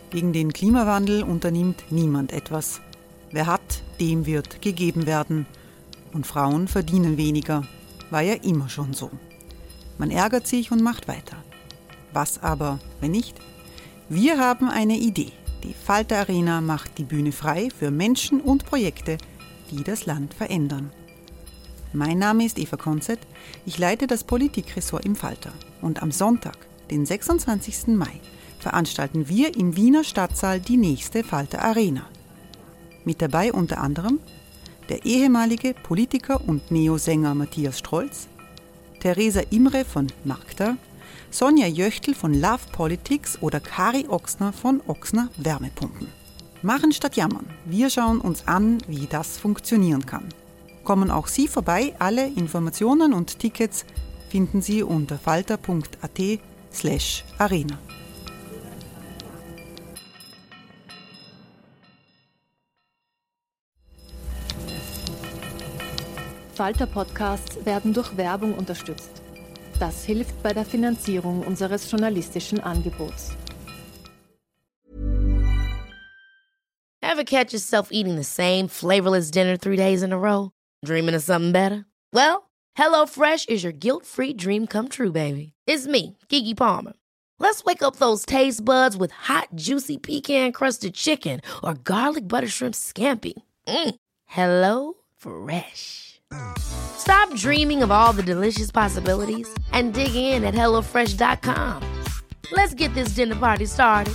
Gegen den Klimawandel unternimmt niemand etwas. Wer hat, dem wird gegeben werden. Und Frauen verdienen weniger. War ja immer schon so. Man ärgert sich und macht weiter. Was aber, wenn nicht? Wir haben eine Idee. Die Falter Arena macht die Bühne frei für Menschen und Projekte, die das Land verändern. Mein Name ist Eva Konzett, ich leite das Politikressort im Falter. Und am Sonntag, den 26. Mai, veranstalten wir im Wiener Stadtsaal die nächste Falter Arena. Mit dabei unter anderem der ehemalige Politiker und Neosänger Matthias Strolz, Theresa Imre von Magda, Sonja Jöchtl von Love Politics oder Kari Ochsner von Ochsner Wärmepumpen. Machen statt jammern. Wir schauen uns an, wie das funktionieren kann. Kommen auch Sie vorbei. Alle Informationen und Tickets finden Sie unter falter.at/arena. Falter-Podcasts werden durch Werbung unterstützt. Das hilft bei der Finanzierung unseres journalistischen Angebots. Ever catch yourself eating the same flavorless dinner 3 days in a row? Dreaming of something better? Well, HelloFresh is your guilt-free dream come true, baby. It's me, Keke Palmer. Let's wake up those taste buds with hot, juicy pecan-crusted chicken or garlic butter shrimp scampi. Hello Fresh. Stop dreaming of all the delicious possibilities and dig in at HelloFresh.com. Let's get this dinner party started.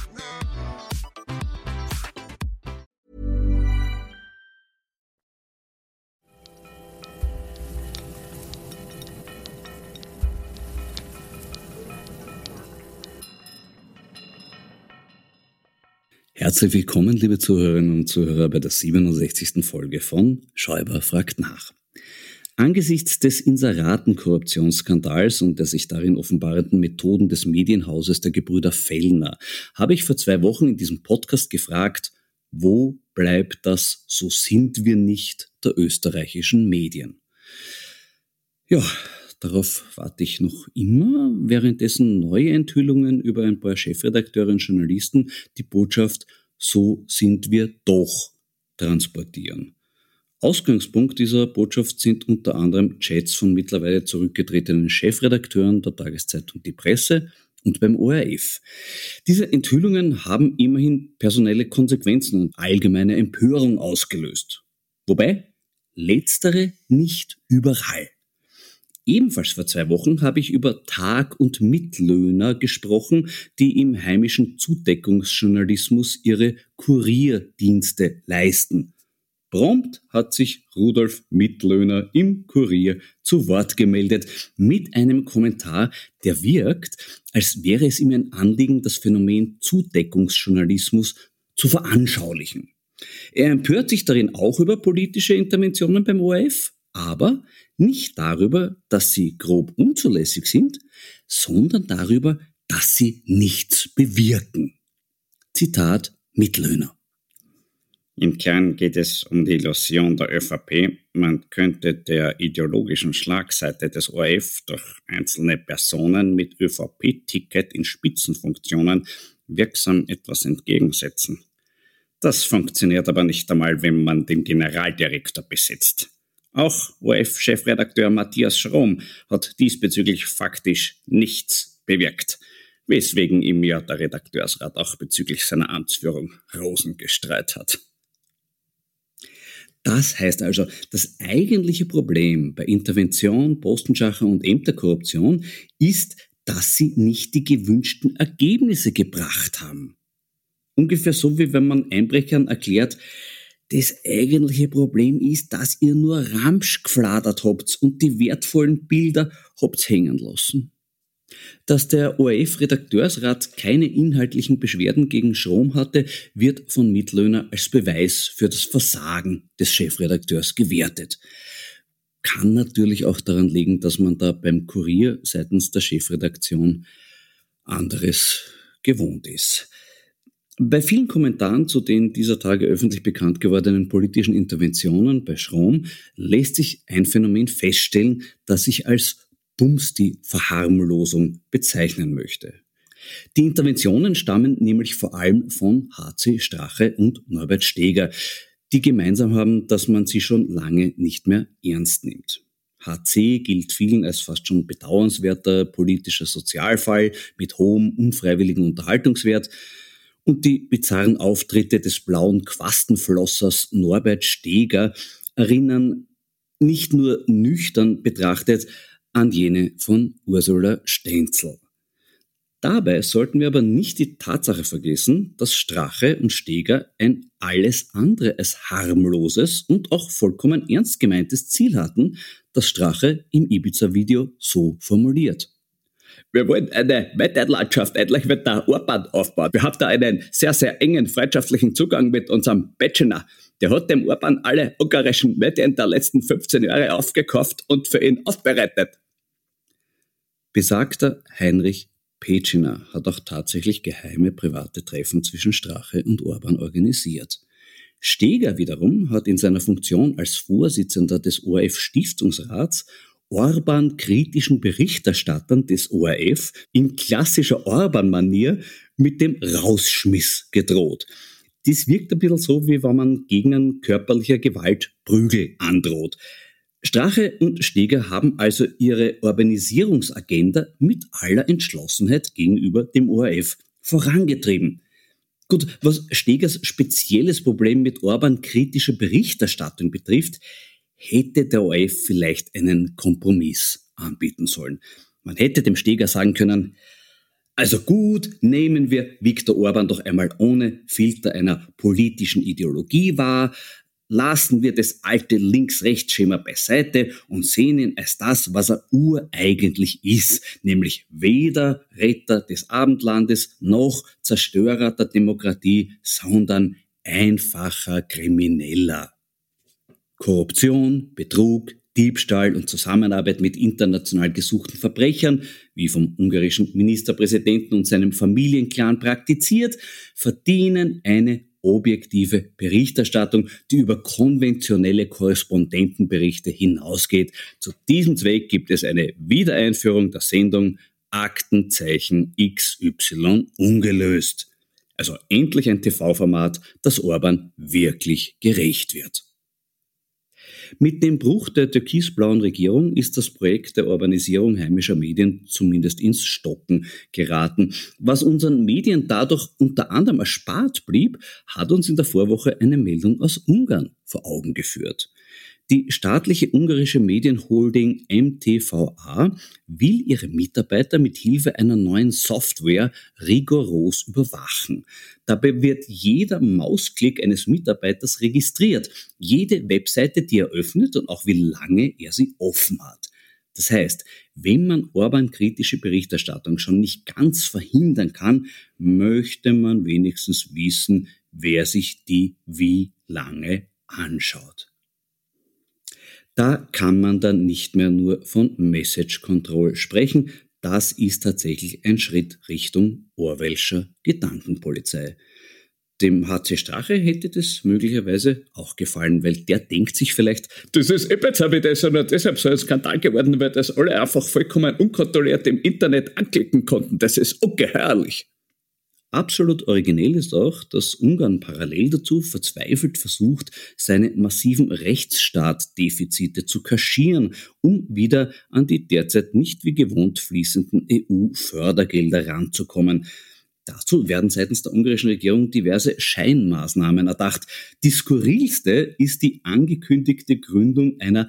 Herzlich willkommen, liebe Zuhörerinnen und Zuhörer, bei der 67. Folge von Schäuber fragt nach. Angesichts des Inseraten-Korruptionsskandals und der sich darin offenbarenden Methoden des Medienhauses der Gebrüder Fellner habe ich vor 2 Wochen in diesem Podcast gefragt, wo bleibt das "So sind wir nicht" der österreichischen Medien? Ja, darauf warte ich noch immer, währenddessen neue Enthüllungen über ein paar Chefredakteure und Journalisten die Botschaft "So sind wir doch" transportieren. Ausgangspunkt dieser Botschaft sind unter anderem Chats von mittlerweile zurückgetretenen Chefredakteuren der Tageszeitung Die Presse und beim ORF. Diese Enthüllungen haben immerhin personelle Konsequenzen und allgemeine Empörung ausgelöst. Wobei letztere nicht überall. Ebenfalls vor 2 Wochen habe ich über Tag- und Mitlöhner gesprochen, die im heimischen Zudeckungsjournalismus ihre Kurierdienste leisten. Prompt hat sich Rudolf Mittlöhner im Kurier zu Wort gemeldet mit einem Kommentar, der wirkt, als wäre es ihm ein Anliegen, das Phänomen Zudeckungsjournalismus zu veranschaulichen. Er empört sich darin auch über politische Interventionen beim ORF, aber nicht darüber, dass sie grob unzulässig sind, sondern darüber, dass sie nichts bewirken. Zitat Mittlöhner. Im Kern geht es um die Illusion der ÖVP, man könnte der ideologischen Schlagseite des ORF durch einzelne Personen mit ÖVP-Ticket in Spitzenfunktionen wirksam etwas entgegensetzen. Das funktioniert aber nicht einmal, wenn man den Generaldirektor besetzt. Auch ORF-Chefredakteur Matthias Schrom hat diesbezüglich faktisch nichts bewirkt, weswegen ihm ja der Redakteursrat auch bezüglich seiner Amtsführung Rosen gestreut hat. Das heißt also, das eigentliche Problem bei Intervention, Postenschacher und Ämterkorruption ist, dass sie nicht die gewünschten Ergebnisse gebracht haben. Ungefähr so, wie wenn man Einbrechern erklärt, das eigentliche Problem ist, dass ihr nur Ramsch gefladert habt und die wertvollen Bilder habt hängen lassen. Dass der ORF-Redakteursrat keine inhaltlichen Beschwerden gegen Schrom hatte, wird von Mittlöhner als Beweis für das Versagen des Chefredakteurs gewertet. Kann natürlich auch daran liegen, dass man da beim Kurier seitens der Chefredaktion anderes gewohnt ist. Bei vielen Kommentaren zu den dieser Tage öffentlich bekannt gewordenen politischen Interventionen bei Schrom lässt sich ein Phänomen feststellen, das ich als Bumsti-Verharmlosung bezeichnen möchte. Die Interventionen stammen nämlich vor allem von HC Strache und Norbert Steger, die gemeinsam haben, dass man sie schon lange nicht mehr ernst nimmt. HC gilt vielen als fast schon bedauernswerter politischer Sozialfall mit hohem unfreiwilligen Unterhaltungswert und die bizarren Auftritte des blauen Quastenflossers Norbert Steger erinnern nicht nur nüchtern betrachtet an jene von Ursula Stenzel. Dabei sollten wir aber nicht die Tatsache vergessen, dass Strache und Steger ein alles andere als harmloses und auch vollkommen ernst gemeintes Ziel hatten, das Strache im Ibiza-Video so formuliert. Wir wollen eine Wetterlandschaft endlich mit der Orban aufbauen. Wir haben da einen sehr, sehr engen freundschaftlichen Zugang mit unserem Petschner. Der hat dem Orban alle ungarischen Medien der letzten 15 Jahre aufgekauft und für ihn aufbereitet. Besagter Heinrich Petschner hat auch tatsächlich geheime private Treffen zwischen Strache und Orban organisiert. Steger wiederum hat in seiner Funktion als Vorsitzender des ORF-Stiftungsrats Orban-kritischen Berichterstattern des ORF in klassischer Orban-Manier mit dem Rausschmiss gedroht. Dies wirkt ein bisschen so, wie wenn man Gegnern körperlicher Gewalt Prügel androht. Strache und Steger haben also ihre Urbanisierungsagenda mit aller Entschlossenheit gegenüber dem ORF vorangetrieben. Gut, was Stegers spezielles Problem mit Orban-kritischer Berichterstattung betrifft, hätte der ORF vielleicht einen Kompromiss anbieten sollen. Man hätte dem Steger sagen können, also gut, nehmen wir Viktor Orban doch einmal ohne Filter einer politischen Ideologie wahr, lassen wir das alte Links-Rechts-Schema beiseite und sehen ihn als das, was er ureigentlich ist, nämlich weder Retter des Abendlandes noch Zerstörer der Demokratie, sondern einfacher Krimineller. Korruption, Betrug, Diebstahl und Zusammenarbeit mit international gesuchten Verbrechern, wie vom ungarischen Ministerpräsidenten und seinem Familienclan praktiziert, verdienen eine objektive Berichterstattung, die über konventionelle Korrespondentenberichte hinausgeht. Zu diesem Zweck gibt es eine Wiedereinführung der Sendung Aktenzeichen XY ungelöst. Also endlich ein TV-Format, das Orban wirklich gerecht wird. Mit dem Bruch der türkisblauen Regierung ist das Projekt der Urbanisierung heimischer Medien zumindest ins Stocken geraten. Was unseren Medien dadurch unter anderem erspart blieb, hat uns in der Vorwoche eine Meldung aus Ungarn vor Augen geführt. Die staatliche ungarische Medienholding MTVA will ihre Mitarbeiter mit Hilfe einer neuen Software rigoros überwachen. Dabei wird jeder Mausklick eines Mitarbeiters registriert, jede Webseite, die er öffnet und auch wie lange er sie offen hat. Das heißt, wenn man Orban-kritische Berichterstattung schon nicht ganz verhindern kann, möchte man wenigstens wissen, wer sich die wie lange anschaut. Da kann man dann nicht mehr nur von Message Control sprechen. Das ist tatsächlich ein Schritt Richtung Orwellscher Gedankenpolizei. Dem HC Strache hätte das möglicherweise auch gefallen, weil der denkt sich vielleicht, das ist besser wie das und nur deshalb so ein Skandal geworden, weil das alle einfach vollkommen unkontrolliert im Internet anklicken konnten. Das ist ungeheuerlich. Absolut originell ist auch, dass Ungarn parallel dazu verzweifelt versucht, seine massiven Rechtsstaatdefizite zu kaschieren, um wieder an die derzeit nicht wie gewohnt fließenden EU-Fördergelder ranzukommen. Dazu werden seitens der ungarischen Regierung diverse Scheinmaßnahmen erdacht. Die skurrilste ist die angekündigte Gründung einer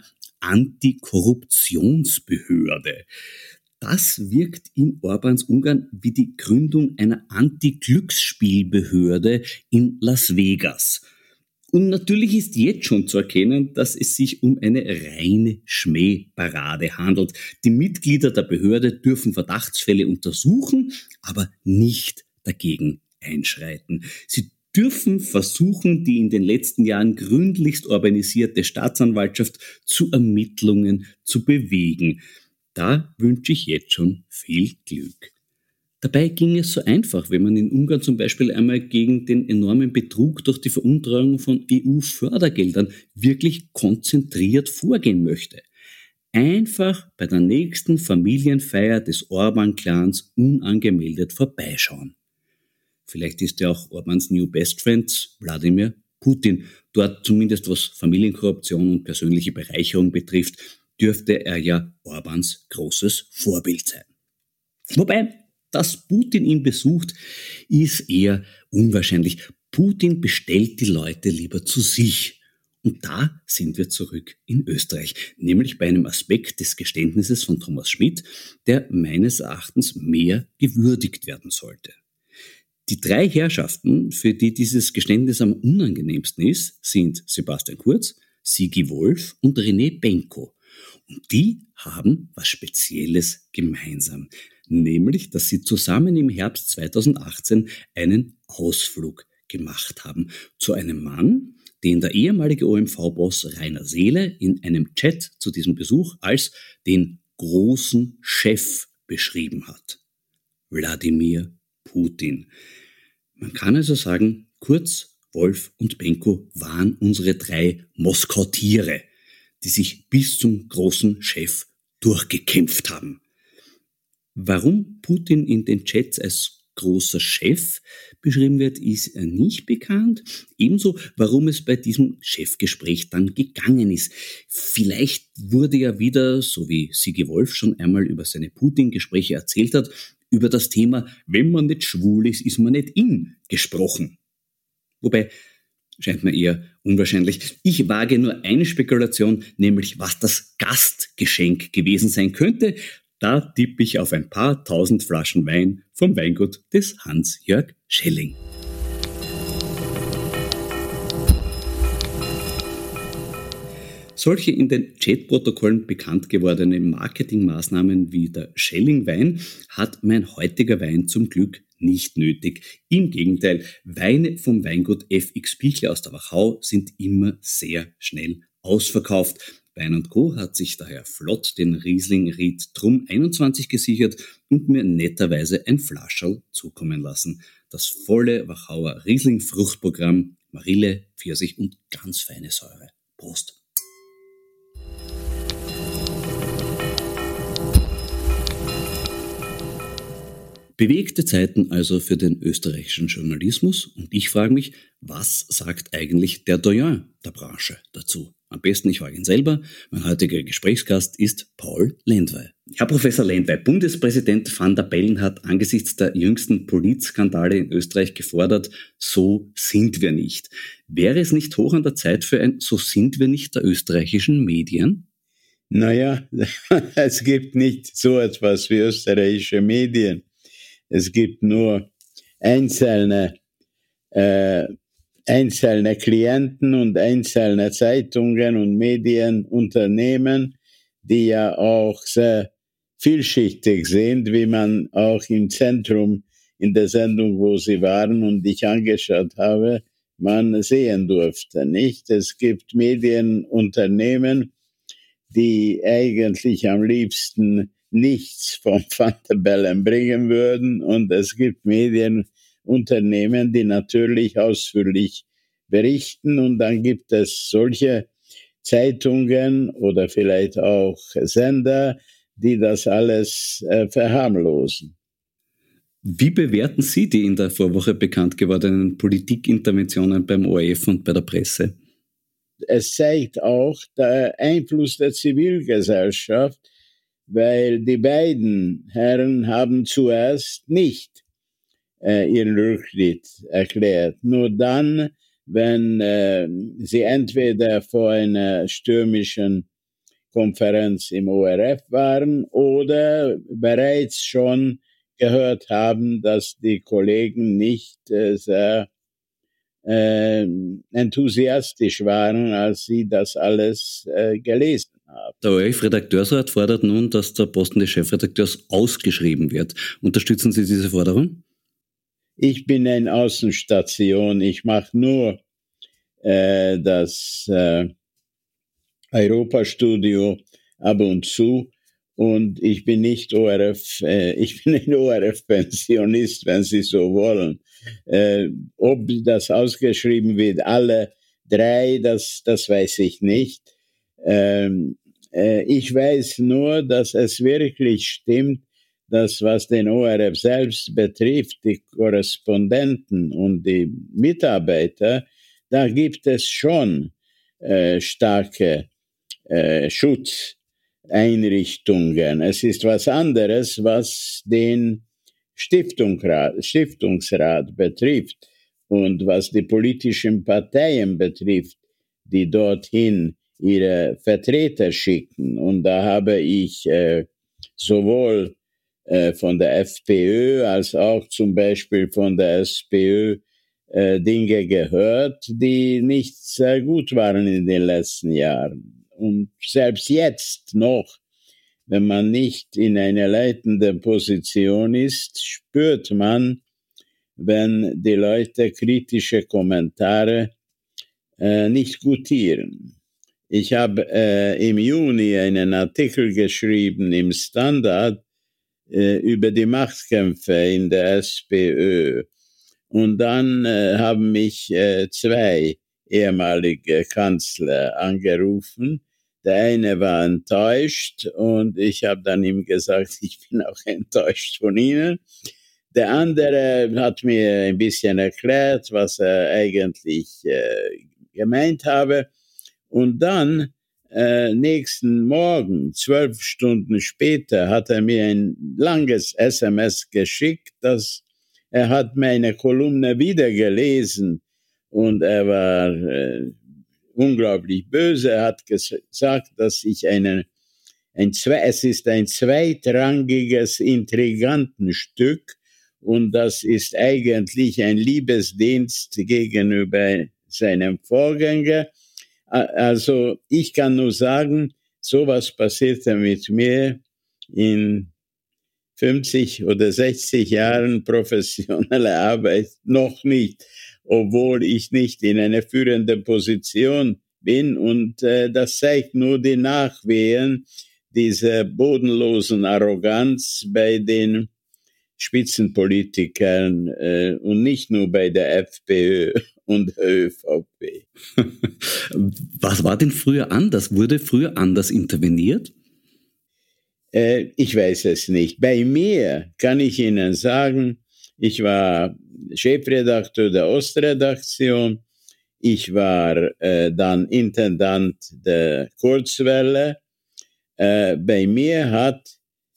Antikorruptionsbehörde. Das wirkt in Orbáns Ungarn wie die Gründung einer Anti-Glücksspielbehörde in Las Vegas. Und natürlich ist jetzt schon zu erkennen, dass es sich um eine reine Schmähparade handelt. Die Mitglieder der Behörde dürfen Verdachtsfälle untersuchen, aber nicht dagegen einschreiten. Sie dürfen versuchen, die in den letzten Jahren gründlichst organisierte Staatsanwaltschaft zu Ermittlungen zu bewegen. Da wünsche ich jetzt schon viel Glück. Dabei ging es so einfach, wenn man in Ungarn zum Beispiel einmal gegen den enormen Betrug durch die Veruntreuung von EU-Fördergeldern wirklich konzentriert vorgehen möchte. einfach bei der nächsten Familienfeier des Orban-Clans unangemeldet vorbeischauen. Vielleicht ist ja auch Orbans New Best Friend Wladimir Putin. Dort zumindest was Familienkorruption und persönliche Bereicherung betrifft, dürfte er ja Orbans großes Vorbild sein. Wobei, dass Putin ihn besucht, ist eher unwahrscheinlich. Putin bestellt die Leute lieber zu sich. Und da sind wir zurück in Österreich, nämlich bei einem Aspekt des Geständnisses von Thomas Schmidt, der meines Erachtens mehr gewürdigt werden sollte. Die 3 Herrschaften, für die dieses Geständnis am unangenehmsten ist, sind Sebastian Kurz, Sigi Wolf und René Benko. Und die haben was Spezielles gemeinsam, nämlich, dass sie zusammen im Herbst 2018 einen Ausflug gemacht haben zu einem Mann, den der ehemalige OMV-Boss Rainer Seele in einem Chat zu diesem Besuch als den großen Chef beschrieben hat. Wladimir Putin. Man kann also sagen, Kurz, Wolf und Benko waren unsere 3 Moskau-Tiere, die sich bis zum großen Chef durchgekämpft haben. Warum Putin in den Chats als großer Chef beschrieben wird, ist nicht bekannt. Ebenso, warum es bei diesem Chefgespräch dann gegangen ist. Vielleicht wurde ja wieder, so wie Sigi Wolf schon einmal über seine Putin-Gespräche erzählt hat, über das Thema, wenn man nicht schwul ist, ist man nicht in, gesprochen. Wobei, scheint mir eher unwahrscheinlich. Ich wage nur eine Spekulation, nämlich was das Gastgeschenk gewesen sein könnte. Da tippe ich auf ein paar tausend Flaschen Wein vom Weingut des Hans-Jörg Schelling. Solche in den Chatprotokollen bekannt gewordene Marketingmaßnahmen wie der Schelling-Wein hat mein heutiger Wein zum Glück nicht nötig. Im Gegenteil, Weine vom Weingut FX Pichler aus der Wachau sind immer sehr schnell ausverkauft. Wein & Co. hat sich daher flott den Riesling Ried Drum 21 gesichert und mir netterweise ein Flascherl zukommen lassen. Das volle Wachauer Riesling-Fruchtprogramm, Marille, Pfirsich und ganz feine Säure. Prost! Bewegte Zeiten also für den österreichischen Journalismus und ich frage mich, was sagt eigentlich der Doyen der Branche dazu? Am besten, ich frage ihn selber. Mein heutiger Gesprächsgast ist Paul Lendwey. Herr Professor Lendwey, Bundespräsident Van der Bellen hat angesichts der jüngsten Politskandale in Österreich gefordert, so sind wir nicht. Wäre es nicht hoch an der Zeit für ein So sind wir nicht der österreichischen Medien? Naja, es gibt nicht so etwas wie österreichische Medien. Es gibt nur einzelne Klienten und einzelne Zeitungen und Medienunternehmen, die ja auch sehr vielschichtig sind, wie man auch im Zentrum in der Sendung, wo Sie waren und ich angeschaut habe, man sehen durfte, nicht? Es gibt Medienunternehmen, die eigentlich am liebsten nichts von Van der Bellen bringen würden. Und es gibt Medienunternehmen, die natürlich ausführlich berichten. Und dann gibt es solche Zeitungen oder vielleicht auch Sender, die das alles verharmlosen. Wie bewerten Sie die in der Vorwoche bekannt gewordenen Politikinterventionen beim ORF und bei der Presse? Es zeigt auch der Einfluss der Zivilgesellschaft, weil die beiden Herren haben zuerst nicht ihren Rücktritt erklärt. Nur dann, wenn sie entweder vor einer stürmischen Konferenz im ORF waren oder bereits schon gehört haben, dass die Kollegen nicht sehr enthusiastisch waren, als sie das alles gelesen haben. Der ORF-Redakteursrat fordert nun, dass der Posten des Chefredakteurs ausgeschrieben wird. Unterstützen Sie diese Forderung? Ich bin eine Außenstation. Ich mache nur das Europastudio ab und zu. Und ich bin nicht ORF, ich bin ein ORF-Pensionist, wenn Sie so wollen. Ob das ausgeschrieben wird, alle 3, das weiß ich nicht. Ich weiß nur, dass es wirklich stimmt, dass was den ORF selbst betrifft, die Korrespondenten und die Mitarbeiter, da gibt es schon starke Schutzeinrichtungen. Es ist was anderes, was den Stiftungsrat betrifft und was die politischen Parteien betrifft, die dorthin ihre Vertreter schicken. Und da habe ich sowohl von der FPÖ als auch zum Beispiel von der SPÖ Dinge gehört, die nicht sehr gut waren in den letzten Jahren. Und selbst jetzt noch, wenn man nicht in einer leitenden Position ist, spürt man, wenn die Leute kritische Kommentare nicht gutieren. Ich habe im Juni einen Artikel geschrieben im Standard über die Machtkämpfe in der SPÖ. Und dann haben mich zwei ehemalige Kanzler angerufen. Der eine war enttäuscht und ich habe dann ihm gesagt, ich bin auch enttäuscht von Ihnen. Der andere hat mir ein bisschen erklärt, was er eigentlich gemeint habe. Und dann, nächsten Morgen, 12 Stunden später, hat er mir ein langes SMS geschickt, dass er hat meine Kolumne wieder gelesen und er war unglaublich böse. Er hat gesagt, dass ich es ist ein zweitrangiges Intrigantenstück und das ist eigentlich ein Liebesdienst gegenüber seinem Vorgänger. Also ich kann nur sagen, sowas passierte mit mir in 50 oder 60 Jahren professionelle Arbeit noch nicht, obwohl ich nicht in einer führenden Position bin. Und das zeigt nur die Nachwehen dieser bodenlosen Arroganz bei den Spitzenpolitikern und nicht nur bei der FPÖ und der ÖVP. Was war denn früher anders? Wurde früher anders interveniert? Ich weiß es nicht. Bei mir kann ich Ihnen sagen, ich war Chefredakteur der Ostredaktion, ich war dann Intendant der Kurzwelle. Bei mir hat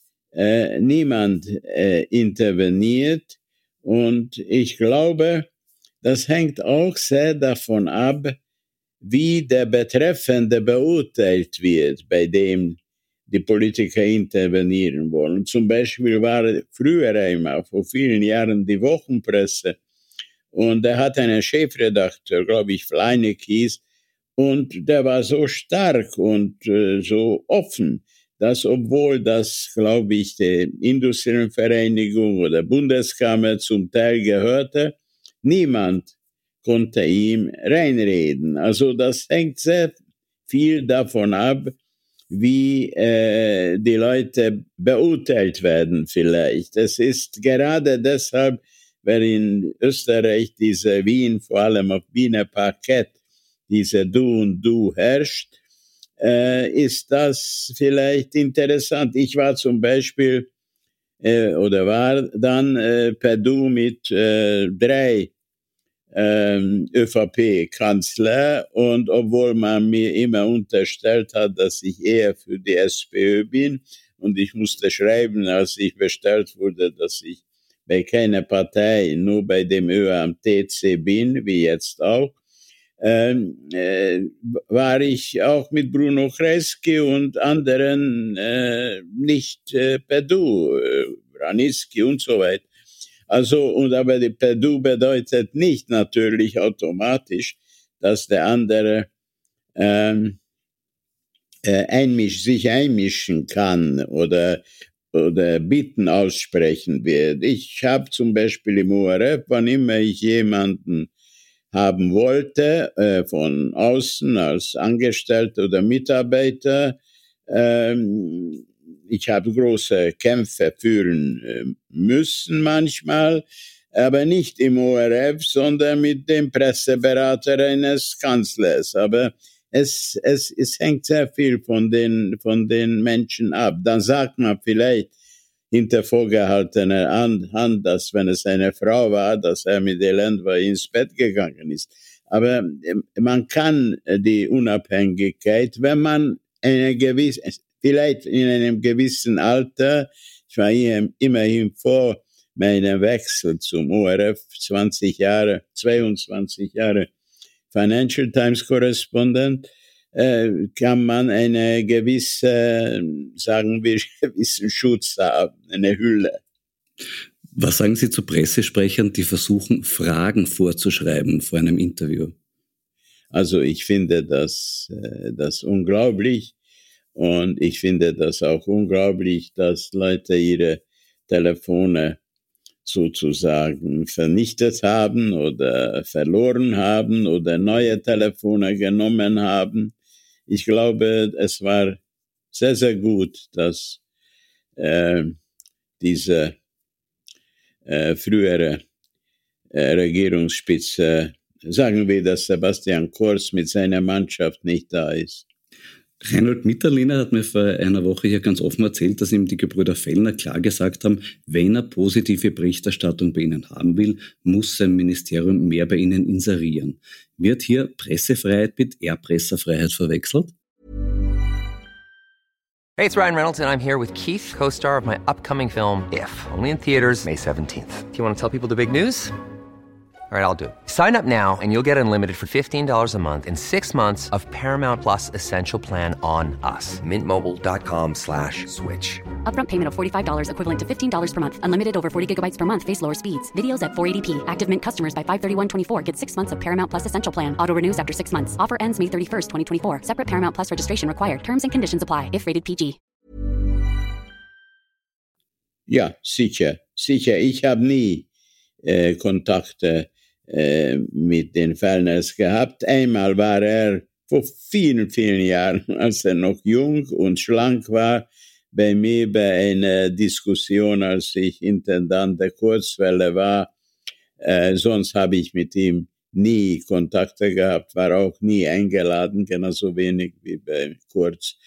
niemand interveniert und ich glaube, das hängt auch sehr davon ab, wie der Betreffende beurteilt wird, bei dem die Politiker intervenieren wollen. Zum Beispiel war früher einmal, vor vielen Jahren, die Wochenpresse und er hat einen Chefredakteur, glaube ich, Fleinig hieß, und der war so stark und so offen, dass obwohl das, glaube ich, der Industrienvereinigung oder Bundeskammer zum Teil gehörte, niemand konnte ihm reinreden. Also das hängt sehr viel davon ab, wie die Leute beurteilt werden vielleicht. Es ist gerade deshalb, weil in Österreich diese Wien, vor allem auf Wiener Parkett, diese Du und Du herrscht, ist das vielleicht interessant. Ich war zum Beispiel war dann per Du mit 3 ÖVP-Kanzler und obwohl man mir immer unterstellt hat, dass ich eher für die SPÖ bin und ich musste schreiben, als ich bestellt wurde, dass ich bei keiner Partei, nur bei dem ÖAMTC bin, wie jetzt auch, war ich auch mit Bruno Kreisky und anderen nicht per Du, Ranitzky und so weiter. Also, aber die per Du bedeutet nicht natürlich automatisch, dass der andere sich einmischen kann oder Bitten aussprechen wird. Ich habe zum Beispiel im ORF, wann immer ich jemanden haben wollte, von außen als Angestellter oder Mitarbeiter, ich habe große Kämpfe führen müssen manchmal, aber nicht im ORF, sondern mit dem Presseberater eines Kanzlers. Aber es hängt sehr viel von den Menschen ab. Dann sagt man vielleicht hinter vorgehaltener Hand, dass wenn es eine Frau war, dass mit Elend ins Bett gegangen ist. Aber man kann die Unabhängigkeit, wenn man vielleicht in einem gewissen Alter, ich war immerhin vor meinem Wechsel zum ORF 22 Jahre Financial Times Correspondent, kann man eine gewisse, sagen wir, gewissen Schutz haben, eine Hülle. Was sagen Sie zu Pressesprechern, die versuchen, Fragen vorzuschreiben vor einem Interview? Also ich finde das unglaublich und ich finde das auch unglaublich, dass Leute ihre Telefone sozusagen vernichtet haben oder verloren haben oder neue Telefone genommen haben. Ich glaube, es war sehr, sehr gut, dass diese frühere Regierungsspitze, sagen wir, dass Sebastian Kurz mit seiner Mannschaft nicht da ist. Reinhold Mitterlehner hat mir vor einer Woche hier ganz offen erzählt, dass ihm die Gebrüder Fellner klar gesagt haben, wenn er positive Berichterstattung bei ihnen haben will, muss sein Ministerium mehr bei ihnen inserieren. Wird hier Pressefreiheit mit Erpresserfreiheit verwechselt? Hey, it's Ryan Reynolds and I'm here with Keith, co-star of my upcoming film, If, only in theaters May 17th. Do you want to tell people the big news? All right, I'll do it. Sign up now and you'll get unlimited for $15 a month and 6 months of Paramount Plus Essential Plan on us. MintMobile.com/switch. Upfront payment of $45 equivalent to $15 per month. Unlimited over 40 gigabytes per month. Face lower speeds. Videos at 480p. Active Mint customers by 531.24 get 6 months of Paramount Plus Essential Plan. Auto renews after 6 months. Offer ends May 31st, 2024. Separate Paramount Plus registration required. Terms and conditions apply if rated PG. Ja, sicher. Ich habe nie Kontakte mit den Fellners gehabt. Einmal war er vor vielen, vielen Jahren, als er noch jung und schlank war, bei mir bei einer Diskussion, als ich Intendant der Kurzwelle war. Sonst habe ich mit ihm nie Kontakte gehabt, war auch nie eingeladen, genauso wenig wie bei Kurz.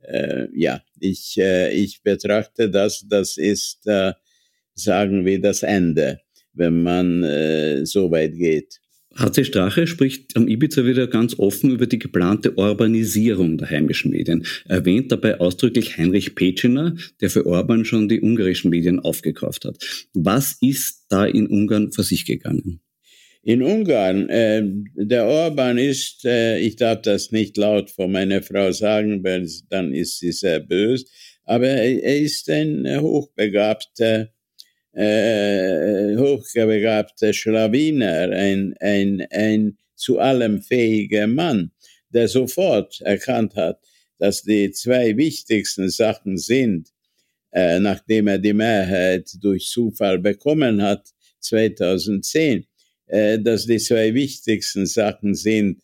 Ich betrachte das ist, sagen wir, das Ende, wenn man so weit geht. HC Strache spricht am Ibiza wieder ganz offen über die geplante Urbanisierung der heimischen Medien. Er erwähnt dabei ausdrücklich Heinrich Pecina, der für Orban schon die ungarischen Medien aufgekauft hat. Was ist da in Ungarn vor sich gegangen? In Ungarn, der Orban ist, ich darf das nicht laut vor meiner Frau sagen, weil dann ist sie sehr böse, aber er ist ein hochbegabter Schlawiner, ein zu allem fähiger Mann, der sofort erkannt hat, dass die zwei wichtigsten Sachen sind, nachdem er die Mehrheit durch Zufall bekommen hat, 2010, dass die zwei wichtigsten Sachen sind,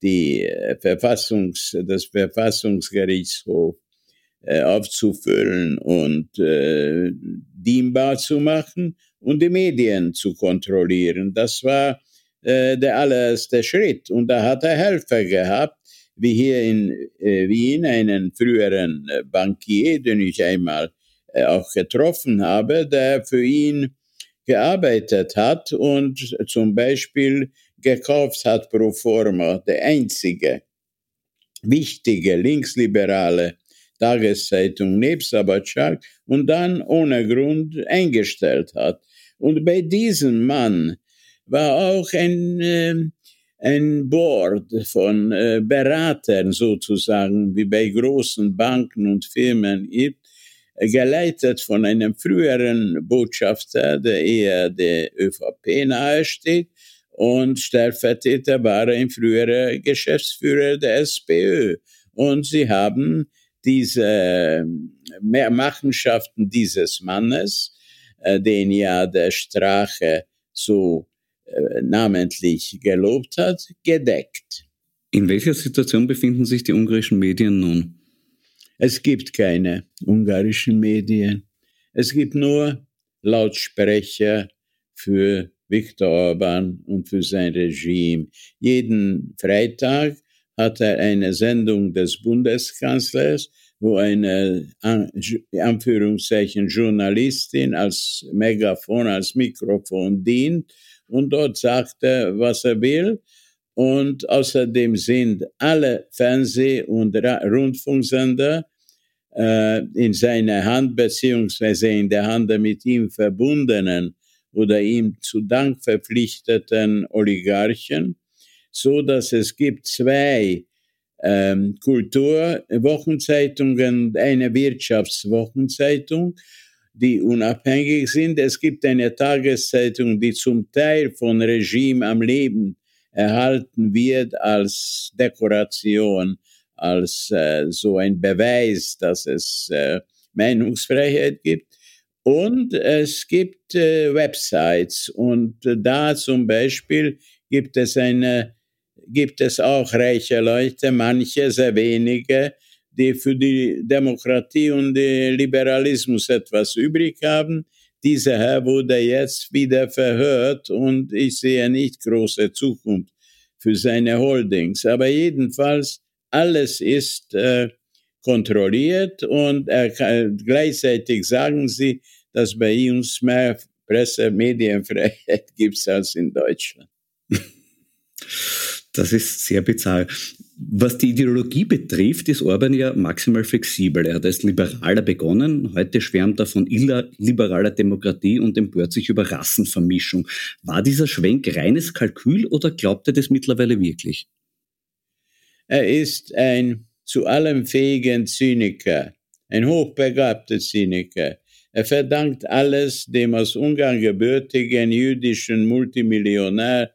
das Verfassungsgerichtshof aufzufüllen und dienbar zu machen und die Medien zu kontrollieren. Das war der allererste Schritt. Und da hat er Helfer gehabt, wie hier in Wien einen früheren Bankier, den ich einmal auch getroffen habe, der für ihn gearbeitet hat und zum Beispiel gekauft hat pro forma, der einzige wichtige linksliberale Tageszeitung nebst Sabbatschak und dann ohne Grund eingestellt hat. Und bei diesem Mann war auch ein Board von Beratern sozusagen, wie bei großen Banken und Firmen gibt, geleitet von einem früheren Botschafter, der eher der ÖVP nahesteht, und Stellvertreter war ein früherer Geschäftsführer der SPÖ. Und sie haben diese Machenschaften dieses Mannes, den ja der Strache so namentlich gelobt hat, gedeckt. In welcher Situation befinden sich die ungarischen Medien nun? Es gibt keine ungarischen Medien. Es gibt nur Lautsprecher für Viktor Orban und für sein Regime. Jeden Freitag hat er eine Sendung des Bundeskanzlers, wo eine, Anführungszeichen, Journalistin als Megafon, als Mikrofon dient und dort sagt er, was er will. Und außerdem sind alle Fernseh- und Rundfunksender in seiner Hand beziehungsweise in der Hand der mit ihm verbundenen oder ihm zu Dank verpflichteten Oligarchen, so dass es gibt 2 Kulturwochenzeitungen und eine Wirtschaftswochenzeitung, die unabhängig sind. Es gibt eine Tageszeitung, die zum Teil von Regime am Leben erhalten wird als Dekoration, als so ein Beweis, dass es Meinungsfreiheit gibt. Und es gibt Websites und da zum Beispiel gibt es auch reiche Leute, manche, sehr wenige, die für die Demokratie und den Liberalismus etwas übrig haben. Dieser Herr wurde jetzt wieder verhört und ich sehe nicht große Zukunft für seine Holdings. Aber jedenfalls, alles ist kontrolliert und gleichzeitig sagen sie, dass bei uns mehr Presse- Medienfreiheit gibt als in Deutschland. Das ist sehr bizarr. Was die Ideologie betrifft, ist Orban ja maximal flexibel. Er hat als Liberaler begonnen, heute schwärmt er von illiberaler Demokratie und empört sich über Rassenvermischung. War dieser Schwenk reines Kalkül oder glaubt er das mittlerweile wirklich? Er ist ein zu allem fähigen Zyniker, ein hochbegabter Zyniker. Er verdankt alles dem aus Ungarn gebürtigen jüdischen Multimillionär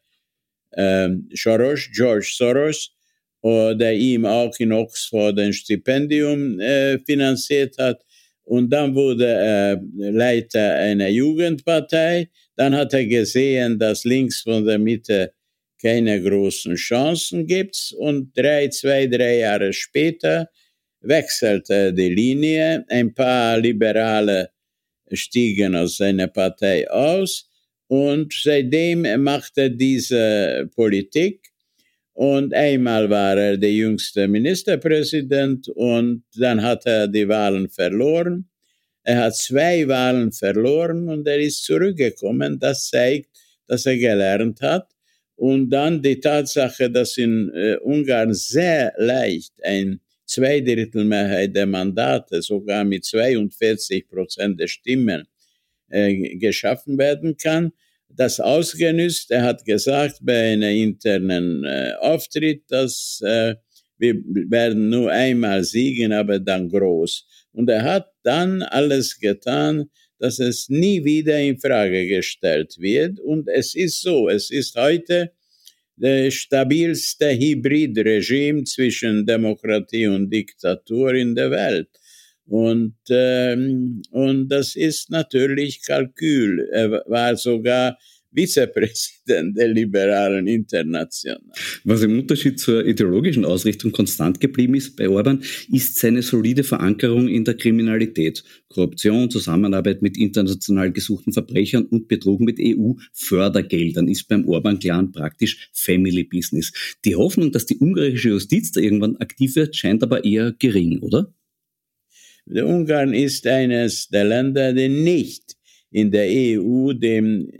George Soros, der ihm auch in Oxford ein Stipendium finanziert hat. Und dann wurde er Leiter einer Jugendpartei. Dann hat er gesehen, dass links von der Mitte keine großen Chancen gibt. Und 2-3 Jahre später wechselte er die Linie. Ein paar Liberale stiegen aus seiner Partei aus. Und seitdem macht er diese Politik. Und einmal war er der jüngste Ministerpräsident und dann hat er die Wahlen verloren. Er hat 2 Wahlen verloren und er ist zurückgekommen. Das zeigt, dass er gelernt hat. Und dann die Tatsache, dass in Ungarn sehr leicht ein 2/3 der Mandate, sogar mit 42% der Stimmen, geschaffen werden kann, das ausgenutzt. Er hat gesagt bei einem internen Auftritt, dass wir werden nur einmal siegen, aber dann groß. Und er hat dann alles getan, dass es nie wieder in Frage gestellt wird. Und es ist so, es ist heute das stabilste Hybridregime zwischen Demokratie und Diktatur in der Welt. Und das ist natürlich Kalkül. Er war sogar Vizepräsident der Liberalen International. Was im Unterschied zur ideologischen Ausrichtung konstant geblieben ist bei Orban, ist seine solide Verankerung in der Kriminalität. Korruption, Zusammenarbeit mit international gesuchten Verbrechern und Betrug mit EU-Fördergeldern ist beim Orban-Clan praktisch Family Business. Die Hoffnung, dass die ungarische Justiz da irgendwann aktiv wird, scheint aber eher gering, oder? Der Ungarn ist eines der Länder, die nicht in der EU der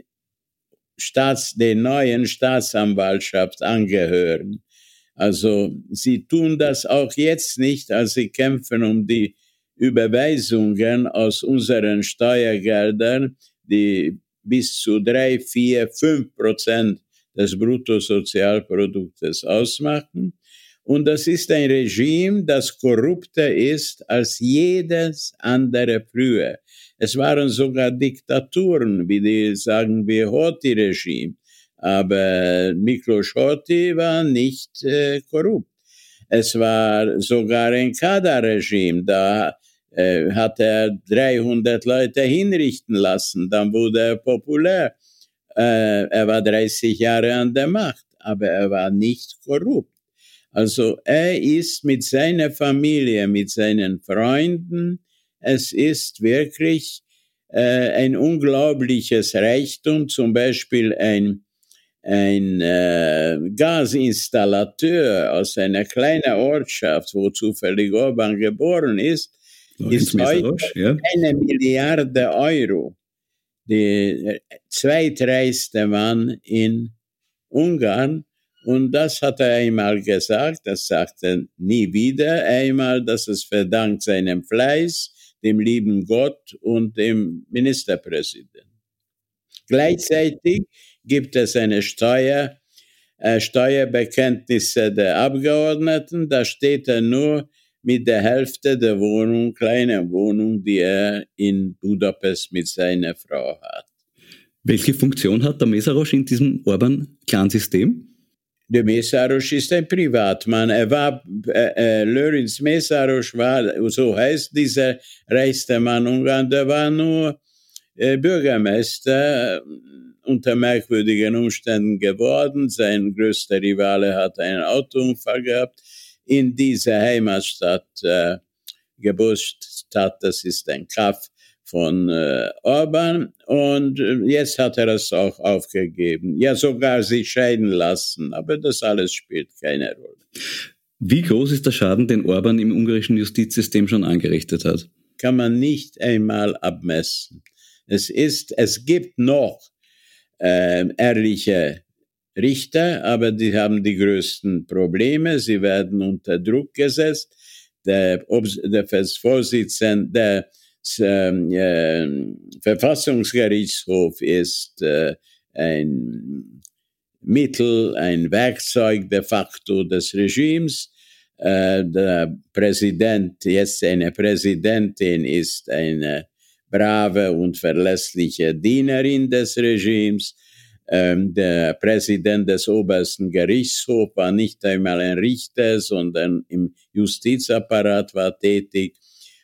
neuen Staatsanwaltschaft angehören. Also sie tun das auch jetzt nicht, als sie kämpfen um die Überweisungen aus unseren Steuergeldern, die bis zu 3, 4, 5% des Bruttosozialproduktes ausmachen. Und das ist ein Regime, das korrupter ist als jedes andere früher. Es waren sogar Diktaturen, wie die, sagen wir, Horthy-Regime. Aber Miklos Horthy war nicht korrupt. Es war sogar ein Kader-Regime. Da hat er 300 Leute hinrichten lassen. Dann wurde er populär. Er war 30 Jahre an der Macht, aber er war nicht korrupt. Also er ist mit seiner Familie, mit seinen Freunden, es ist wirklich ein unglaubliches Reichtum, zum Beispiel ein ein Gasinstallateur aus einer kleinen Ortschaft, wo zufällig Orban geboren ist heute ja. 1 Milliarde Euro. Der zweitreichste Mann in Ungarn. Und das hat er einmal gesagt, das sagt er nie wieder einmal, dass es verdankt seinem Fleiß, dem lieben Gott und dem Ministerpräsidenten. Gleichzeitig gibt es eine Steuerbekenntnisse der Abgeordneten, da steht er nur mit der Hälfte der Wohnung, kleinen Wohnung, die er in Budapest mit seiner Frau hat. Welche Funktion hat der Mészáros in diesem Orban-Clan-System? Der Mészáros ist ein Privatmann. Er war, Lőrinc Mészáros war, so heißt dieser reichste Mann Ungarn, der war nur Bürgermeister, unter merkwürdigen Umständen geworden. Sein größter Rivale hat einen Autounfall gehabt. In dieser Heimatstadt, Geburtsstadt, das ist ein Kaff von Orban. Und jetzt hat er es auch aufgegeben. Ja, sogar sich scheiden lassen. Aber das alles spielt keine Rolle. Wie groß ist der Schaden, den Orban im ungarischen Justizsystem schon angerichtet hat? Kann man nicht einmal abmessen. Es gibt noch ehrliche Richter, aber die haben die größten Probleme. Sie werden unter Druck gesetzt. Der Vorsitzende des Verfassungsgerichtshofs ist ein Mittel, ein Werkzeug de facto des Regimes. Der Präsident, jetzt eine Präsidentin, ist eine brave und verlässliche Dienerin des Regimes. Der Präsident des obersten Gerichtshofs war nicht einmal ein Richter, sondern im Justizapparat war tätig.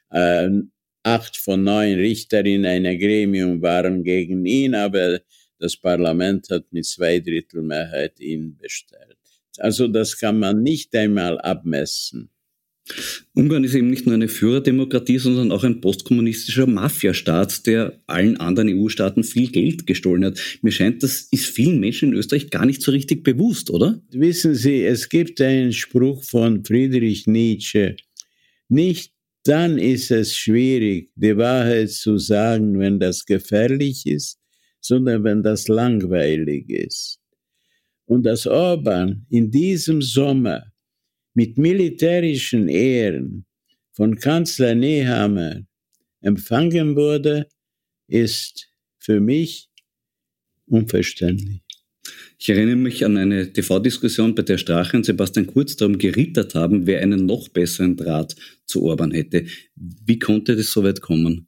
8 von 9 Richtern in einem Gremium waren gegen ihn, aber das Parlament hat mit 2/3 Mehrheit ihn bestellt. Also das kann man nicht einmal abmessen. Ungarn ist eben nicht nur eine Führerdemokratie, sondern auch ein postkommunistischer Mafiastaat, der allen anderen EU-Staaten viel Geld gestohlen hat. Mir scheint, das ist vielen Menschen in Österreich gar nicht so richtig bewusst, oder? Wissen Sie, es gibt einen Spruch von Friedrich Nietzsche. Nicht dann ist es schwierig, die Wahrheit zu sagen, wenn das gefährlich ist, sondern wenn das langweilig ist. Und dass Orban in diesem Sommer mit militärischen Ehren von Kanzler Nehammer empfangen wurde, ist für mich unverständlich. Ich erinnere mich an eine TV-Diskussion, bei der Strache und Sebastian Kurz darum gerittert haben, wer einen noch besseren Draht zu Orban hätte. Wie konnte das so weit kommen?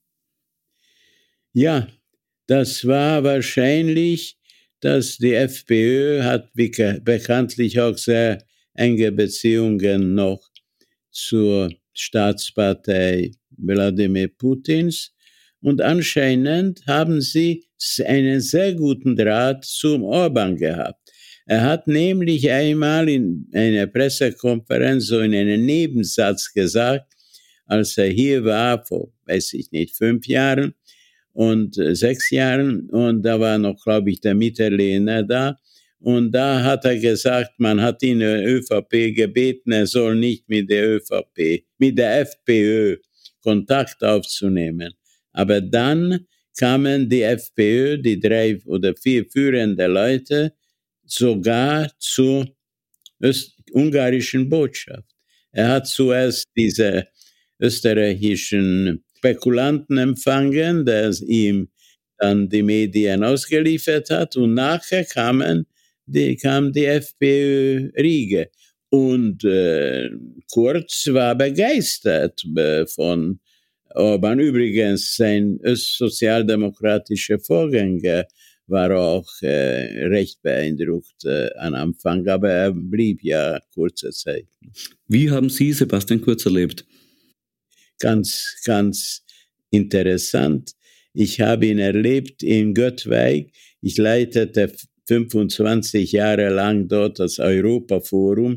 Ja, das war wahrscheinlich, dass die FPÖ hat bekanntlich auch sehr enge Beziehungen noch zur Staatspartei Wladimir Putins. Und anscheinend haben sie einen sehr guten Draht zum Orban gehabt. Er hat nämlich einmal in einer Pressekonferenz so in einem Nebensatz gesagt, als er hier war, vor, 5 Jahren und 6 Jahren, und da war noch, glaube ich, der Mitterlehner da. Und da hat er gesagt, man hat ihn der ÖVP gebeten, er soll nicht mit der FPÖ Kontakt aufzunehmen. Aber dann kamen die FPÖ, die 3 oder 4 führende Leute, sogar zur ungarischen Botschaft. Er hat zuerst diese österreichischen Spekulanten empfangen, der ihm dann die Medien ausgeliefert hat, und nachher kam die FPÖ-Riege. Und Kurz war begeistert von Orban. Übrigens, sein sozialdemokratischer Vorgänger war auch recht beeindruckt am Anfang, aber er blieb ja kurze Zeit. Wie haben Sie Sebastian Kurz erlebt? Ganz, ganz interessant. Ich habe ihn erlebt in Göttweig. Ich leitete 25 Jahre lang dort das Europaforum.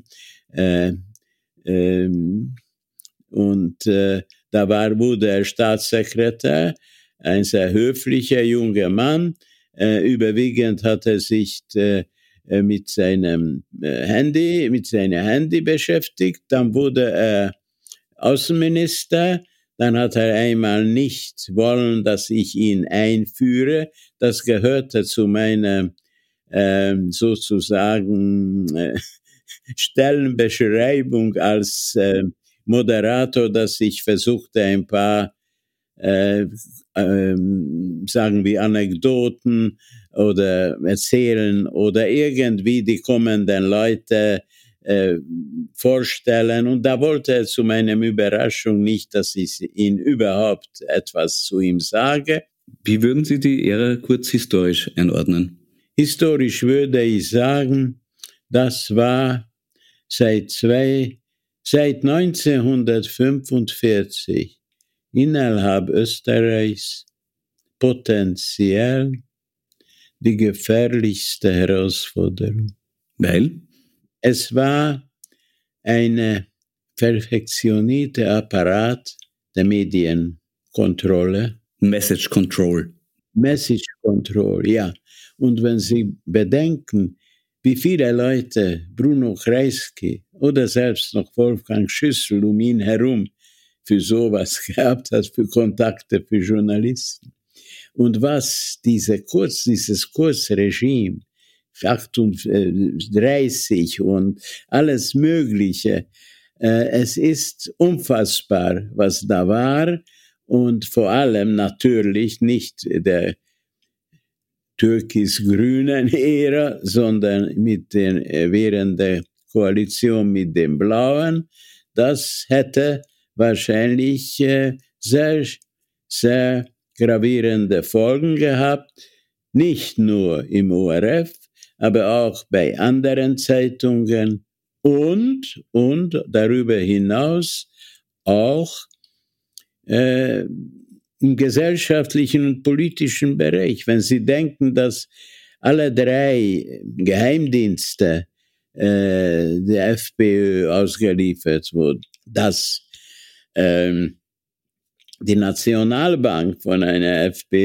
Da wurde er Staatssekretär, ein sehr höflicher junger Mann. Überwiegend hat er sich mit seinem Handy beschäftigt. Dann wurde er Außenminister. Dann hat er einmal nicht wollen, dass ich ihn einführe. Das gehörte zu meiner sozusagen Stellenbeschreibung als Moderator, dass ich versuchte, ein paar sagen wir Anekdoten oder erzählen oder irgendwie die kommenden Leute vorstellen. Und da wollte er zu meiner Überraschung nicht, dass ich ihn überhaupt etwas zu ihm sage. Wie würden Sie die Ära kurz historisch einordnen? Historisch würde ich sagen, das war seit 1945 innerhalb Österreichs potenziell die gefährlichste Herausforderung. Weil? Es war eine perfektionierte Apparat der Medienkontrolle. Message Control, ja. Und wenn Sie bedenken, wie viele Leute Bruno Kreisky oder selbst noch Wolfgang Schüssel um ihn herum für sowas gehabt hat, für Kontakte, für Journalisten. Und was dieses Kurzregime, 38 und alles Mögliche, es ist unfassbar, was da war. Und vor allem natürlich nicht der türkis-grünen Ära, sondern während der Koalition mit den Blauen. Das hätte wahrscheinlich sehr, sehr gravierende Folgen gehabt, nicht nur im ORF, aber auch bei anderen Zeitungen und darüber hinaus auch im gesellschaftlichen und politischen Bereich. Wenn Sie denken, dass alle 3 Geheimdienste der FPÖ ausgeliefert wurden, dass die Nationalbank von einer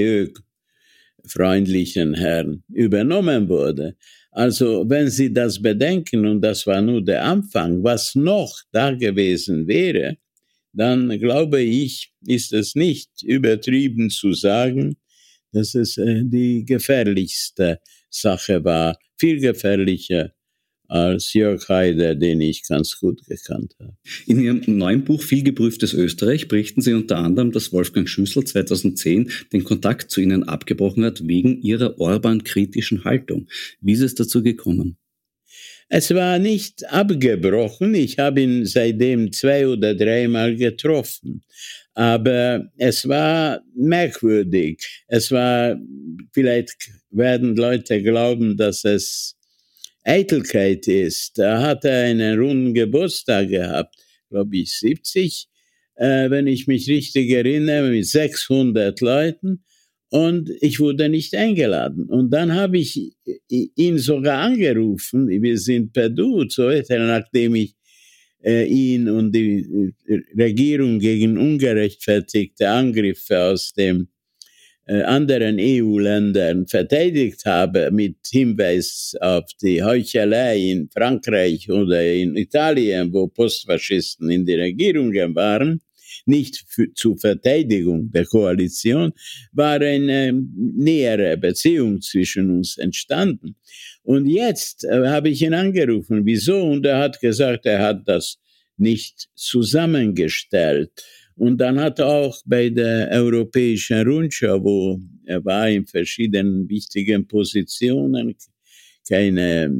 FPÖ-freundlichen Herrn übernommen wurde. Also wenn Sie das bedenken, und das war nur der Anfang, was noch da gewesen wäre, dann glaube ich, ist es nicht übertrieben zu sagen, dass es die gefährlichste Sache war, viel gefährlicher als Jörg Haider, den ich ganz gut gekannt habe. In Ihrem neuen Buch Vielgeprüftes Österreich berichten Sie unter anderem, dass Wolfgang Schüssel 2010 den Kontakt zu Ihnen abgebrochen hat wegen Ihrer Orban-kritischen Haltung. Wie ist es dazu gekommen? Es war nicht abgebrochen, ich habe ihn seitdem 2 oder 3 Mal getroffen, aber es war merkwürdig. Vielleicht werden Leute glauben, dass es Eitelkeit ist. Da hat er einen runden Geburtstag gehabt, glaube ich 70, wenn ich mich richtig erinnere, mit 600 Leuten. Und ich wurde nicht eingeladen. Und dann habe ich ihn sogar angerufen. Wir sind per Du, so weiter, nachdem ich ihn und die Regierung gegen ungerechtfertigte Angriffe aus den anderen EU-Ländern verteidigt habe, mit Hinweis auf die Heuchelei in Frankreich oder in Italien, wo Postfaschisten in die Regierungen waren, nicht zur Verteidigung der Koalition, war eine nähere Beziehung zwischen uns entstanden. Und jetzt habe ich ihn angerufen, wieso? Und er hat gesagt, er hat das nicht zusammengestellt. Und dann hat er auch bei der Europäischen Rundschau, wo er war in verschiedenen wichtigen Positionen, keine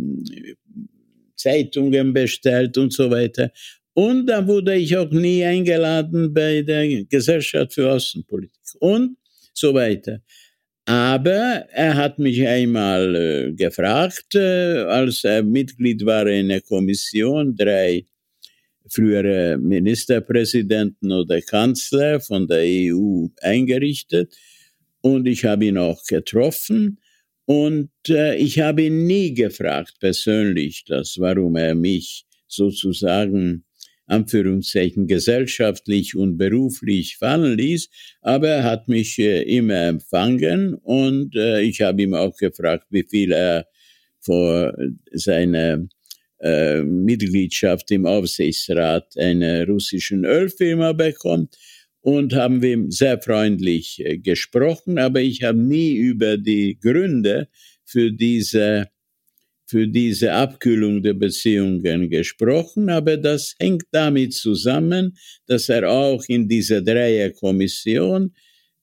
Zeitungen bestellt und so weiter. Und dann wurde ich auch nie eingeladen bei der Gesellschaft für Außenpolitik und so weiter. Aber er hat mich einmal gefragt, als er Mitglied war in der Kommission, 3 frühere Ministerpräsidenten oder Kanzler von der EU eingerichtet. Und ich habe ihn auch getroffen. Und ich habe ihn nie gefragt, persönlich, warum er mich sozusagen Anführungszeichen gesellschaftlich und beruflich fallen ließ, aber er hat mich immer empfangen und ich habe ihm auch gefragt, wie viel er vor seiner Mitgliedschaft im Aufsichtsrat einer russischen Ölfirma bekommt, und haben wir sehr freundlich gesprochen, aber ich habe nie über die Gründe für diese Abkühlung der Beziehungen gesprochen, aber das hängt damit zusammen, dass er auch in dieser Dreierkommission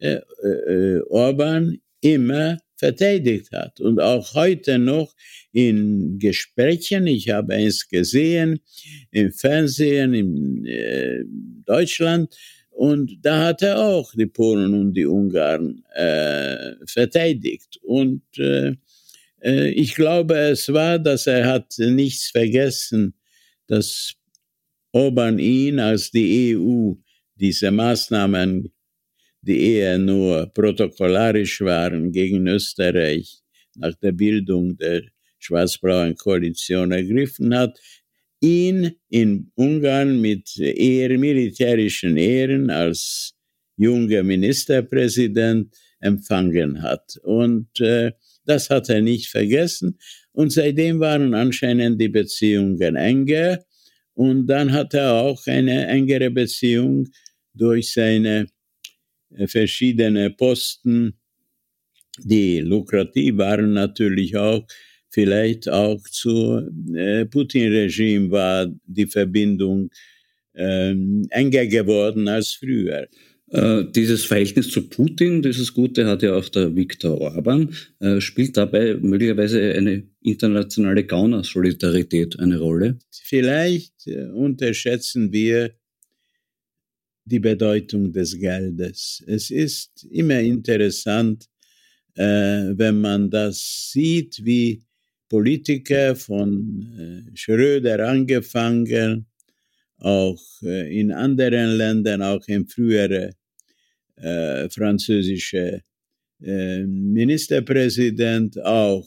Orban immer verteidigt hat. Und auch heute noch in Gesprächen, ich habe eins gesehen im Fernsehen in Deutschland, und da hat er auch die Polen und die Ungarn verteidigt. Und ich glaube, es war, dass er hat nichts vergessen, dass Orban ihn, als die EU diese Maßnahmen, die eher nur protokollarisch waren, gegen Österreich nach der Bildung der schwarz-blauen Koalition ergriffen hat, ihn in Ungarn mit militärischen Ehren als junger Ministerpräsident empfangen hat. Und das hat er nicht vergessen. Und seitdem waren anscheinend die Beziehungen enger. Und dann hat er auch eine engere Beziehung durch seine verschiedenen Posten, die lukrativ waren natürlich auch. Vielleicht auch zu Putin-Regime war die Verbindung enger geworden als früher. Dieses Verhältnis zu Putin, dieses Gute, hat ja auch der Viktor Orban. Spielt dabei möglicherweise eine internationale Gauner-Solidarität eine Rolle? Vielleicht unterschätzen wir die Bedeutung des Geldes. Es ist immer interessant, wenn man das sieht, wie Politiker von Schröder angefangen, auch in anderen Ländern, auch in frühere französische Ministerpräsident, auch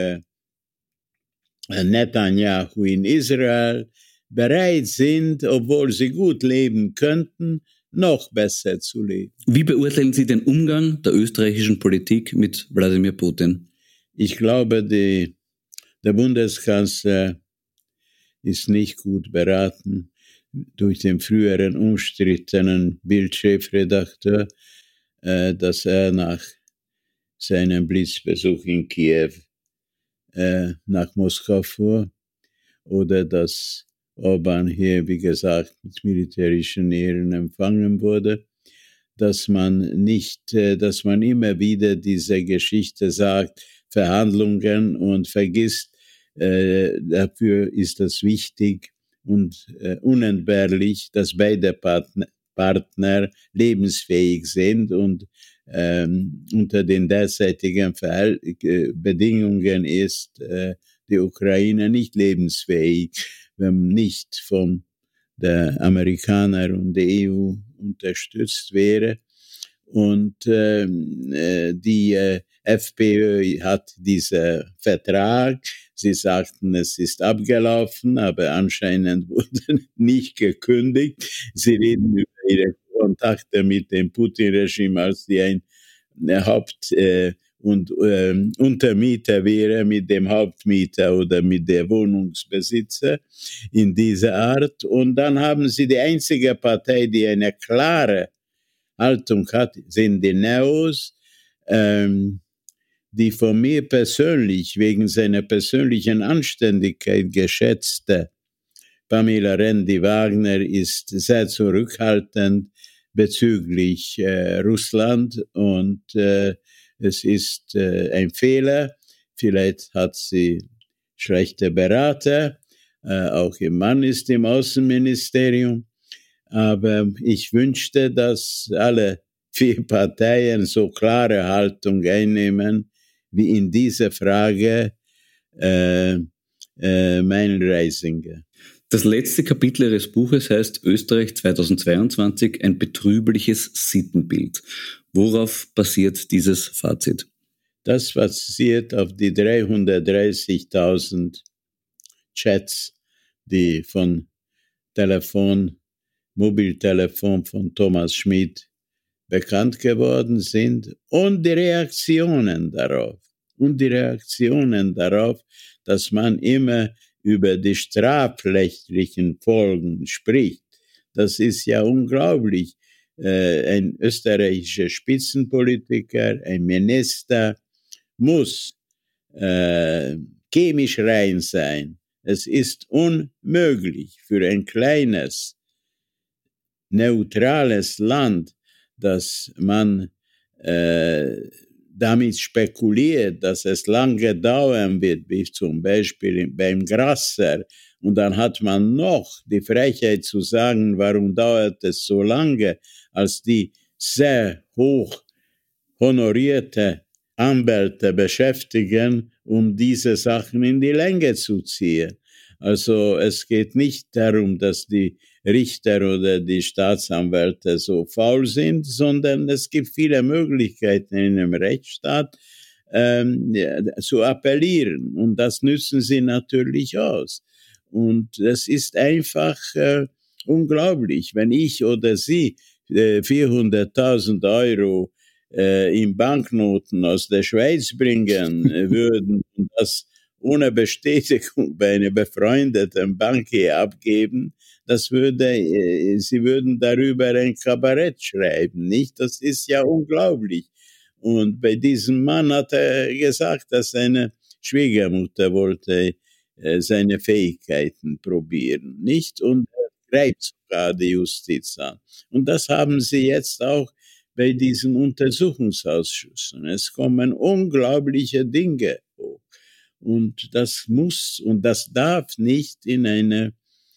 Netanyahu in Israel, bereit sind, obwohl sie gut leben könnten, noch besser zu leben. Wie beurteilen Sie den Umgang der österreichischen Politik mit Wladimir Putin? Ich glaube, der Bundeskanzler ist nicht gut beraten durch den früheren umstrittenen Bild-Chefredakteur, dass er nach seinem Blitzbesuch in Kiew nach Moskau fuhr, oder dass Orban hier, wie gesagt, mit militärischen Ehren empfangen wurde, dass man immer wieder diese Geschichte sagt, Verhandlungen, und vergisst, dafür ist das wichtig und unentbehrlich, dass beide Partner lebensfähig sind, und unter den derzeitigen Bedingungen ist die Ukraine nicht lebensfähig, wenn nicht von der Amerikaner und der EU unterstützt wäre. Und die FPÖ hat diesen Vertrag. Sie sagten, es ist abgelaufen, aber anscheinend wurde nicht gekündigt. Sie reden über ihre Kontakte mit dem Putin-Regime, als sie ein Untermieter wäre mit dem Hauptmieter oder mit der Wohnungsbesitzer in dieser Art. Und dann haben sie die einzige Partei, die eine klare Haltung hat, sind die Neos, die von mir persönlich wegen seiner persönlichen Anständigkeit geschätzte Pamela Rendi-Wagner ist sehr zurückhaltend bezüglich Russland, und es ist ein Fehler. Vielleicht hat sie schlechte Berater, auch ihr Mann ist im Außenministerium, aber ich wünschte, dass alle 4 Parteien so klare Haltung einnehmen, wie in dieser Frage Meinl Reisinger. Das letzte Kapitel Ihres Buches heißt Österreich 2022, ein betrübliches Sittenbild. Worauf basiert dieses Fazit? Das basiert auf die 330.000 Chats, die von Mobiltelefon von Thomas Schmidt bekannt geworden sind, und die Reaktionen darauf. dass man immer über die strafrechtlichen Folgen spricht. Das ist ja unglaublich. Ein österreichischer Spitzenpolitiker, ein Minister muss chemisch rein sein. Es ist unmöglich für ein kleines, neutrales Land, dass man damit spekuliert, dass es lange dauern wird, wie zum Beispiel beim Grasser. Und dann hat man noch die Frechheit zu sagen, warum dauert es so lange, als die sehr hoch honorierte Anwälte beschäftigen, um diese Sachen in die Länge zu ziehen. Also es geht nicht darum, dass die Richter oder die Staatsanwälte so faul sind, sondern es gibt viele Möglichkeiten in einem Rechtsstaat zu appellieren. Und das nützen sie natürlich aus. Und es ist einfach unglaublich, wenn ich oder Sie 400.000 Euro in Banknoten aus der Schweiz bringen würden und das ohne Bestätigung bei einer befreundeten Bankier abgeben, sie würden darüber ein Kabarett schreiben, nicht? Das ist ja unglaublich. Und bei diesem Mann hat er gesagt, dass seine Schwiegermutter wollte seine Fähigkeiten probieren, nicht? Und er greift sogar die Justiz an. Und das haben sie jetzt auch bei diesen Untersuchungsausschüssen. Es kommen unglaubliche Dinge hoch. Und das muss und das darf nicht in einer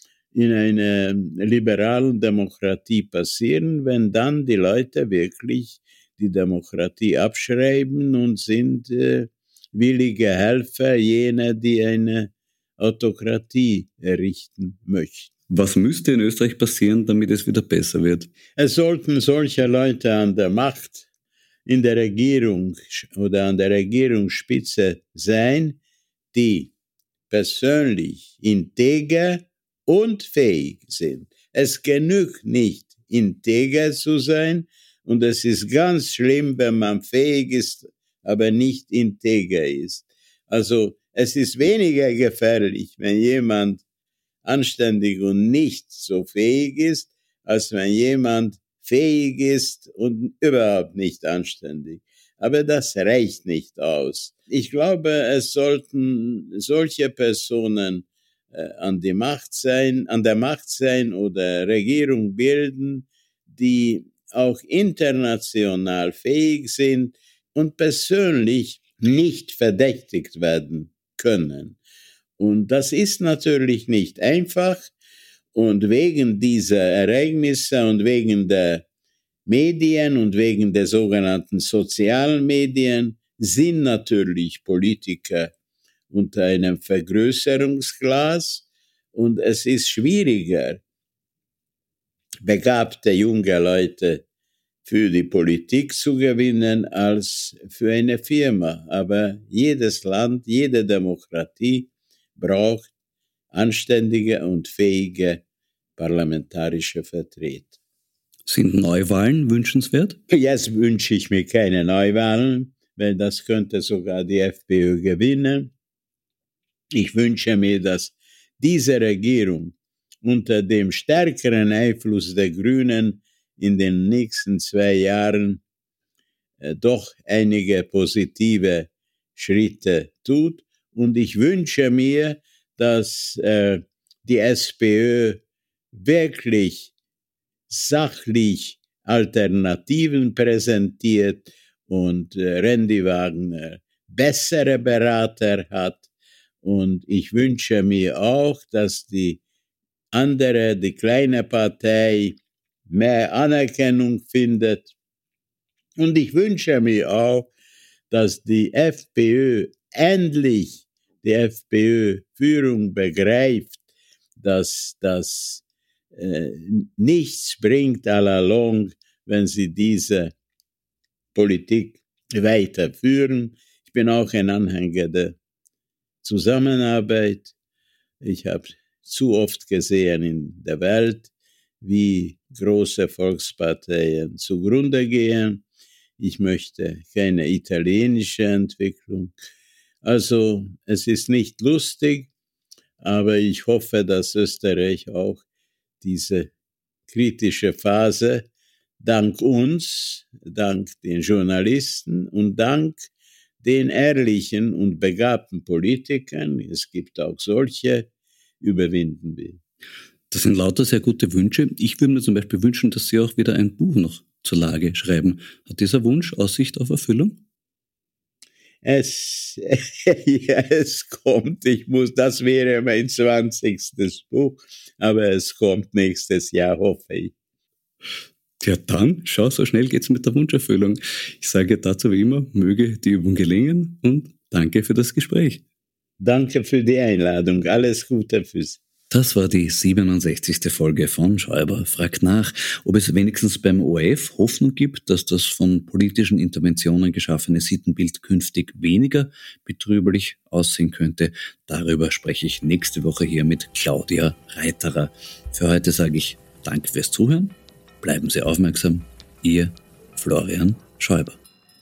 liberalen Demokratie passieren, wenn dann die Leute wirklich die Demokratie abschreiben und sind willige Helfer jener, die eine Autokratie errichten möchten. Was müsste in Österreich passieren, damit es wieder besser wird? Es sollten solche Leute an der Macht in der Regierung oder an der Regierungsspitze sein, die persönlich integer und fähig sind. Es genügt nicht, integer zu sein, und es ist ganz schlimm, wenn man fähig ist, aber nicht integer ist. Also es ist weniger gefährlich, wenn jemand anständig und nicht so fähig ist, als wenn jemand fähig ist und überhaupt nicht anständig. Aber das reicht nicht aus. Ich glaube, es sollten solche Personen an der Macht sein oder Regierung bilden, die auch international fähig sind und persönlich nicht verdächtigt werden können. Und das ist natürlich nicht einfach. Und wegen dieser Ereignisse und wegen der Medien und wegen der sogenannten sozialen Medien sind natürlich Politiker unter einem Vergrößerungsglas. Und es ist schwieriger, begabte junge Leute für die Politik zu gewinnen als für eine Firma. Aber jedes Land, jede Demokratie braucht anständige und fähige parlamentarische Vertreter. Sind Neuwahlen wünschenswert? Jetzt wünsche ich mir keine Neuwahlen, weil das könnte sogar die FPÖ gewinnen. Ich wünsche mir, dass diese Regierung unter dem stärkeren Einfluss der Grünen in den nächsten 2 Jahren doch einige positive Schritte tut. Und ich wünsche mir, dass die SPÖ wirklich sachlich Alternativen präsentiert und Randy Wagner bessere Berater hat. Und ich wünsche mir auch, dass die kleine Partei mehr Anerkennung findet. Und ich wünsche mir auch, dass die FPÖ endlich die FPÖ-Führung begreift, dass das nichts bringt à la longue, wenn sie diese Politik weiterführen. Ich bin auch ein Anhänger der Zusammenarbeit. Ich habe zu oft gesehen in der Welt, wie große Volksparteien zugrunde gehen. Ich möchte keine italienische Entwicklung, Also es ist nicht lustig, aber ich hoffe, dass Österreich auch diese kritische Phase dank uns, dank den Journalisten und dank den ehrlichen und begabten Politikern, es gibt auch solche, überwinden will. Das sind lauter sehr gute Wünsche. Ich würde mir zum Beispiel wünschen, dass Sie auch wieder ein Buch noch zur Lage schreiben. Hat dieser Wunsch Aussicht auf Erfüllung? Es kommt, das wäre mein 20. Buch, aber es kommt nächstes Jahr, hoffe ich. Ja, dann, schau, so schnell geht's mit der Wunscherfüllung. Ich sage dazu wie immer, möge die Übung gelingen und danke für das Gespräch. Danke für die Einladung, alles Gute für Sie. Das war die 67. Folge von Schäuber fragt nach, ob es wenigstens beim ORF Hoffnung gibt, dass das von politischen Interventionen geschaffene Sittenbild künftig weniger betrüblich aussehen könnte. Darüber spreche ich nächste Woche hier mit Claudia Reiterer. Für heute sage ich Danke fürs Zuhören, bleiben Sie aufmerksam, Ihr Florian Schäuber.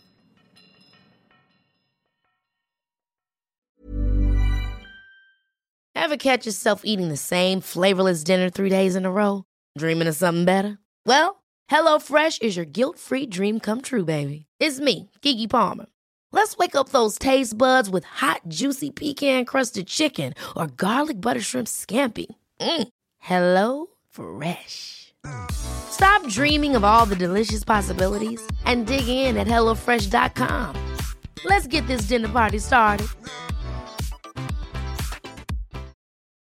Ever catch yourself eating the same flavorless dinner 3 days in a row? Dreaming of something better? Well, HelloFresh is your guilt-free dream come true, baby. It's me, Keke Palmer. Let's wake up those taste buds with hot, juicy pecan-crusted chicken or garlic butter shrimp scampi. Hello Fresh. Stop dreaming of all the delicious possibilities and dig in at HelloFresh.com. Let's get this dinner party started.